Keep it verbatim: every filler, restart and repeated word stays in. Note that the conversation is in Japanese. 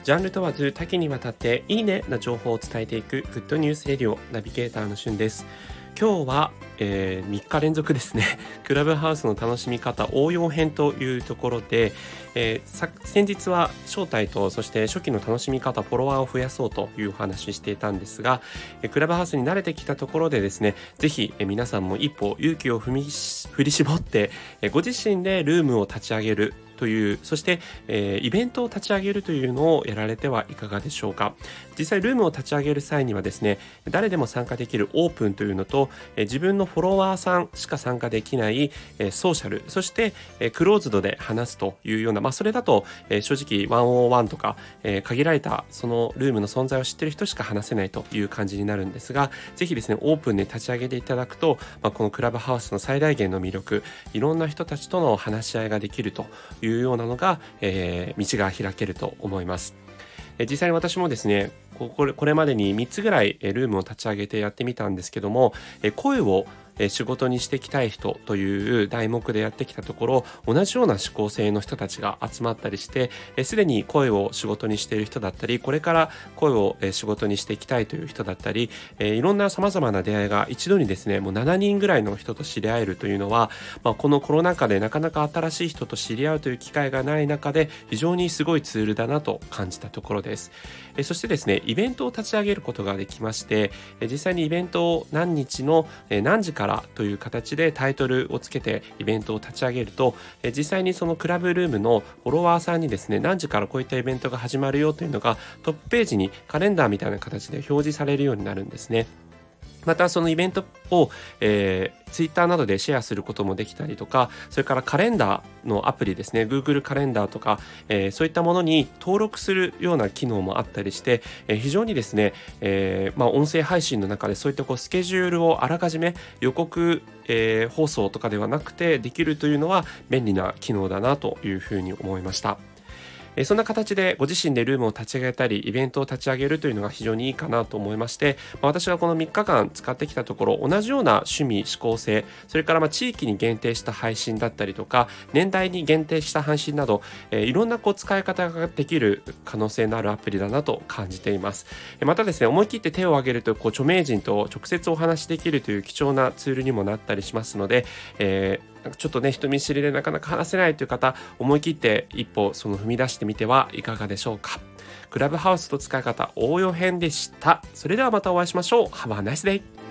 ジャンル問わず多岐にわたっていいねな情報を伝えていくグッドニュースレディオナビゲーターのしゅんです。今日は、えー、みっか連続ですねクラブハウスの楽しみ方応用編というところで、えー、先日は招待とそして初期の楽しみ方フォロワーを増やそうというお話ししていたんですが、えー、クラブハウスに慣れてきたところでですね、ぜひ、えー、皆さんも一歩勇気を踏み振り絞って、えー、ご自身でルームを立ち上げるという、そして、えー、イベントを立ち上げるというのをやられてはいかがでしょうか。実際ルームを立ち上げる際にはですね、誰でも参加できるオープンというのと、えー、自分のフォロワーさんしか参加できない、えー、ソーシャル、そして、えー、クローズドで話すというような、まあ、それだと、えー、正直ワンオーワンとか、えー、限られたそのルームの存在を知っている人しか話せないという感じになるんですが、ぜひですねオープンで立ち上げていただくと、まあ、このクラブハウスの最大限の魅力、いろんな人たちとの話し合いができるというようなのが、えー、道が開けると思います。えー、実際に私もですねこれ、これまでにみっつぐらいルームを立ち上げてやってみたんですけども、えー、声を仕事にしていきたい人という題目でやってきたところ、同じような思考性の人たちが集まったりして、すでに声を仕事にしている人だったり、これから声を仕事にしていきたいという人だったり、いろんな様々な出会いが一度にですね、もうしちにんぐらいの人と知り合えるというのは、まあ、このコロナ禍でなかなか新しい人と知り合うという機会がない中で、非常にすごいツールだなと感じたところです。そしてですね、イベントを立ち上げることができまして、実際にイベントを何日の何時からからという形でタイトルをつけてイベントを立ち上げると、え実際にそのクラブルームのフォロワーさんにですね、何時からこういったイベントが始まるよというのがトップページにカレンダーみたいな形で表示されるようになるんですね。またそのイベントを、えー、ツイッターなどでシェアすることもできたりとか、それからカレンダーのアプリですね、 Google カレンダーとか、えー、そういったものに登録するような機能もあったりして、えー、非常にですね、えーまあ、音声配信の中でそういったこうスケジュールをあらかじめ予告、えー、放送とかではなくてできるというのは便利な機能だなというふうに思いました。そんな形でご自身でルームを立ち上げたりイベントを立ち上げるというのが非常にいいかなと思いまして、私がこのみっかかん使ってきたところ、同じような趣味思考性、それからまあ地域に限定した配信だったりとか年代に限定した配信など、えー、いろんなこう使い方ができる可能性のあるアプリだなと感じています。またですね、思い切って手を挙げるとこう著名人と直接お話しできるという貴重なツールにもなったりしますので、えーちょっとね人見知りでなかなか話せないという方、思い切って一歩その踏み出してみてはいかがでしょうか。クラブハウスの使い方応用編でした。それではまたお会いしましょう。Have a nice day!